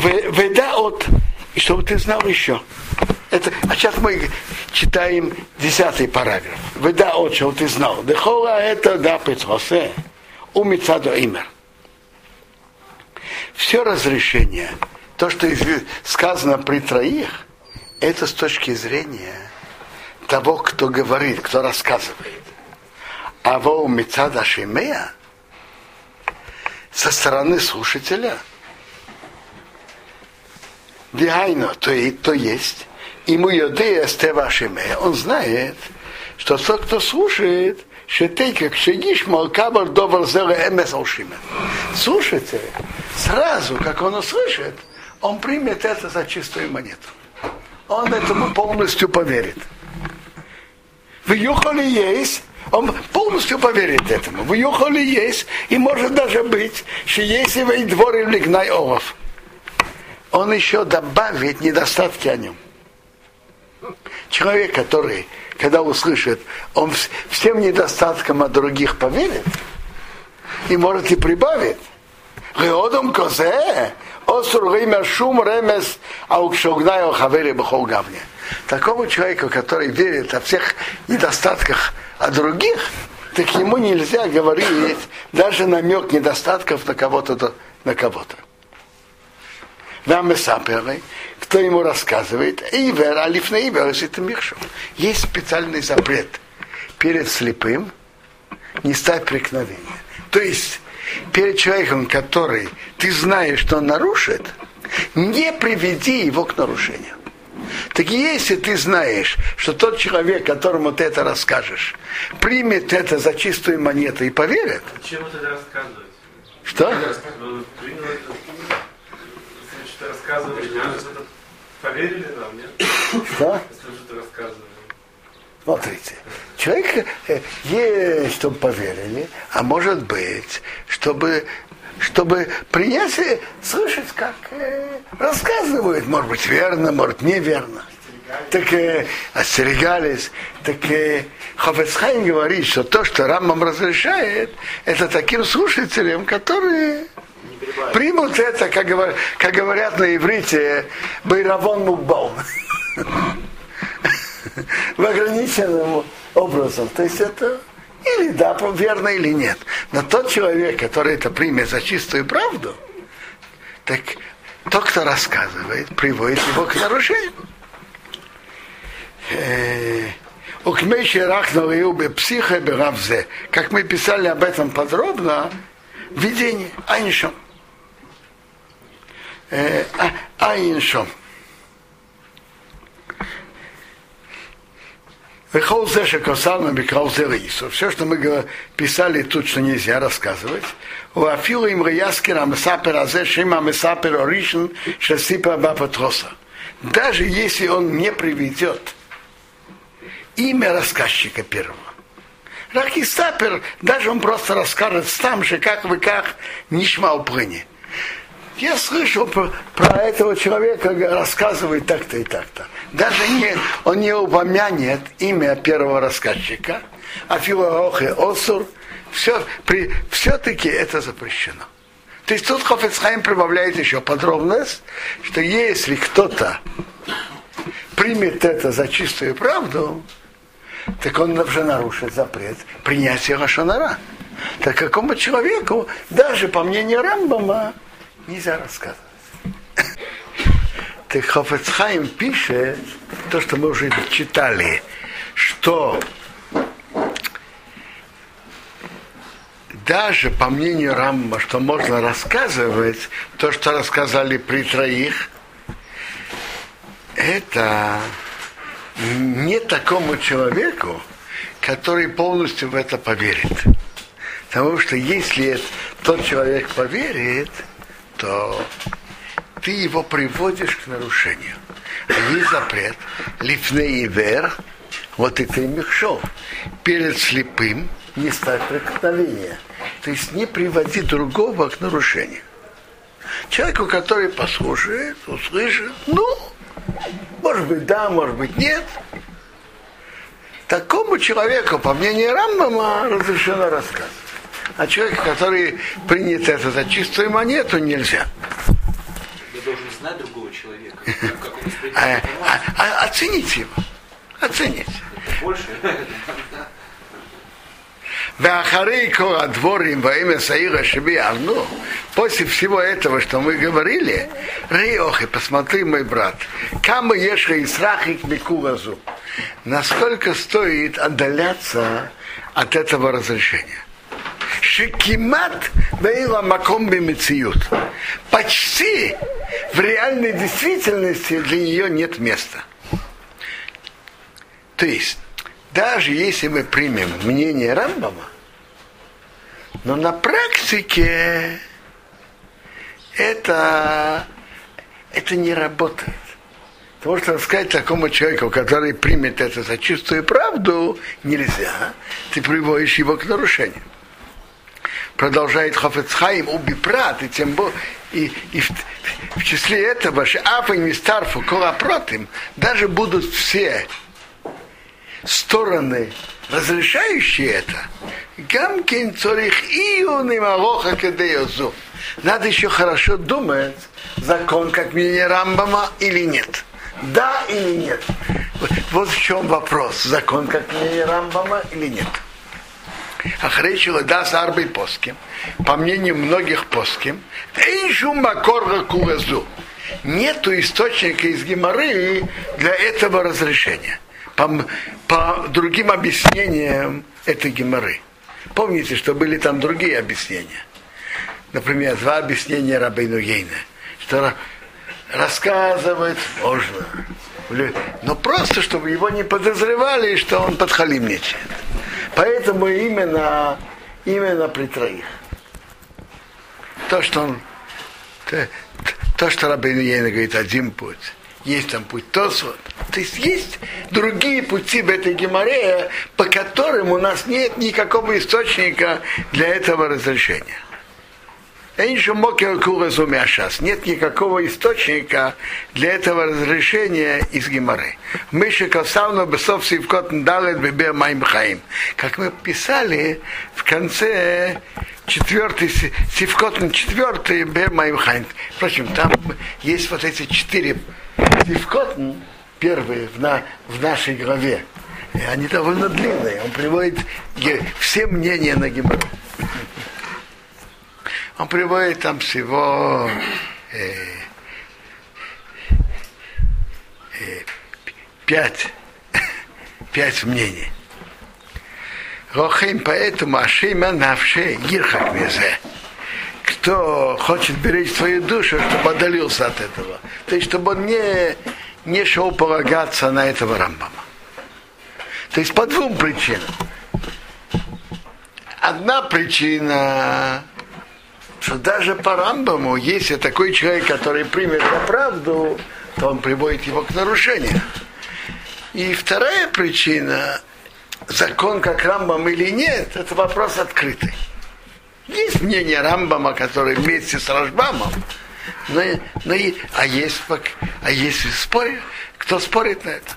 Веда от, и чтобы ты знал еще. А сейчас мы читаем 10 параграф. Веда от, чтобы ты знал. Дехола это да пецхосе, умицадо имер. Все разрешение, то, что сказано при троих, это с точки зрения того, кто говорит, кто рассказывает. А во мицада шимея со стороны слушателя, вихайно, то есть, ему йодея стева шимея, он знает, что тот, кто слушает, шетейка кшегиш малкабар добр зеле эмес алшимен. Слушайте, сразу, как он услышит, он примет это за чистую монету. Он этому полностью поверит. В Юхоле есть, он полностью поверит этому. В Юхоле есть, и может даже быть, что если вы дворы лигнай олов, он еще добавит недостатки о нем. Человек, который, когда услышит, он всем недостаткам от других поверит, и может и прибавит. Реодом козе, осур ремя шум ремес, аукшогнаю хавери бхол гавне. Такому человеку, который верит о всех недостатках от других, так ему нельзя говорить даже намек недостатков на кого-то. Нам саперы, кто ему рассказывает, ивер, алифна ивер, это миршо. Есть специальный запрет перед слепым не ставь преткновения. То есть перед человеком, который ты знаешь, что он нарушит, не приведи его к нарушению. Так если ты знаешь, что тот человек, которому ты это расскажешь, примет это за чистую монету и поверит. Зачем это рассказывать? Что? Что рассказываешь, поверили нам, нет? Что? Если что-то рассказывали. Смотрите, человек есть, чтобы поверили, а может быть, чтобы принять, слышать, как рассказывают, может быть, верно, может, неверно. Так остерегались. Так Хафец Хаим говорит, что то, что Рамбам разрешает, это таким слушателям, которые примут это, как говорят на иврите, байравон мукбал. В ограниченном образом. То есть это или да, верно, или нет. Но тот человек, который это примет за чистую правду, так тот, кто рассказывает, приводит его к нарушению. Как мы писали об этом подробно, видение Айншом. Айншом. Все, что мы писали тут, что нельзя рассказывать. Даже если он не приведет имя рассказчика первого. Рахистапер, даже он просто расскажет там же, как нишмал плыни. Я слышал про этого человека, рассказывает так-то и так-то. Даже он не упомянет имя первого рассказчика, а филоохе осур, все-таки это запрещено. То есть тут Хафец Хаим прибавляет еще подробность, что если кто-то примет это за чистую правду, так он уже нарушит запрет принятия лашон ара. Так какому человеку, даже по мнению Рамбама, нельзя рассказывать. Так Хафец Хаим пишет, то, что мы уже читали, что даже по мнению Рамбама, что можно рассказывать, то, что рассказали при троих, это не такому человеку, который полностью в это поверит. Потому что если тот человек поверит, то ты его приводишь к нарушению. А есть запрет лифней ивер, вот это и мехшов. Перед слепым не ставь преткновения. То есть не приводи другого к нарушению. Человеку, который послушает, услышит, может быть да, может быть нет. Такому человеку, по мнению Рамбама, разрешено рассказывать. А человеку, который принят это за чистую монету, нельзя. должен знать другого человека. Как он воспринимает информацию. Оцените его. Оцените. Больше. После всего этого, что мы говорили, Риохи, посмотри, мой брат, камы ешха и страхи к микуразу. Насколько стоит отдаляться от этого разрешения. Шикимат вейла макомби мециют. Почти в реальной действительности для нее нет места. То есть, даже если мы примем мнение Рамбама, но на практике это не работает. Потому что сказать такому человеку, который примет это за чистую правду, нельзя. Ты приводишь его к нарушению. Продолжает Хафец Хаим убипрат, и тем более в числе этого шеафа и мистарфу колопротим даже будут все стороны, разрешающие это. Гамкин цорих иуны малоха кедеозу. Надо еще хорошо думать, закон как мнение Рамбама или нет. Да или нет. Вот в чем вопрос. Закон как мнение Рамбама или нет. Ахречила дас арбой поским, по мнению многих поским, эйшу макорга куразу. Нету источника из Гемары для этого разрешения. По другим объяснениям этой Гемары. Помните, что были там другие объяснения. Например, два объяснения Рабейну Йейна, что рассказывать можно, но просто, чтобы его не подозревали, что он подхалимничает. Поэтому именно при троих. То, что Рабейну Йейна говорит, один путь. Есть там путь Тосфот. То есть другие пути в этой Гемаре, по которым у нас нет никакого источника для этого разрешения. Нет никакого источника для этого разрешения из Гемары. Как мы писали в конце 4 Сивкотн 4 Бер Маим Хайм. Впрочем, там есть вот эти 4 Сивкотн, первые в нашей главе. И они довольно длинные. Он приводит все мнения на Гемару. Он приводит там всего 5 мнений. Рохим, поэтому Ашима навше гирхак мезе. Кто хочет беречь свою душу, чтобы отдалился от этого. То есть, чтобы он не шел полагаться на этого Рамбама. То есть, по двум причинам. Одна причина, что даже по Рамбаму, если такой человек, который примет за правду, то он приводит его к нарушению. И вторая причина, закон как Рамбам или нет, это вопрос открытый. Есть мнение Рамбама, который вместе с Рашбамом, а если спорят, кто спорит на это?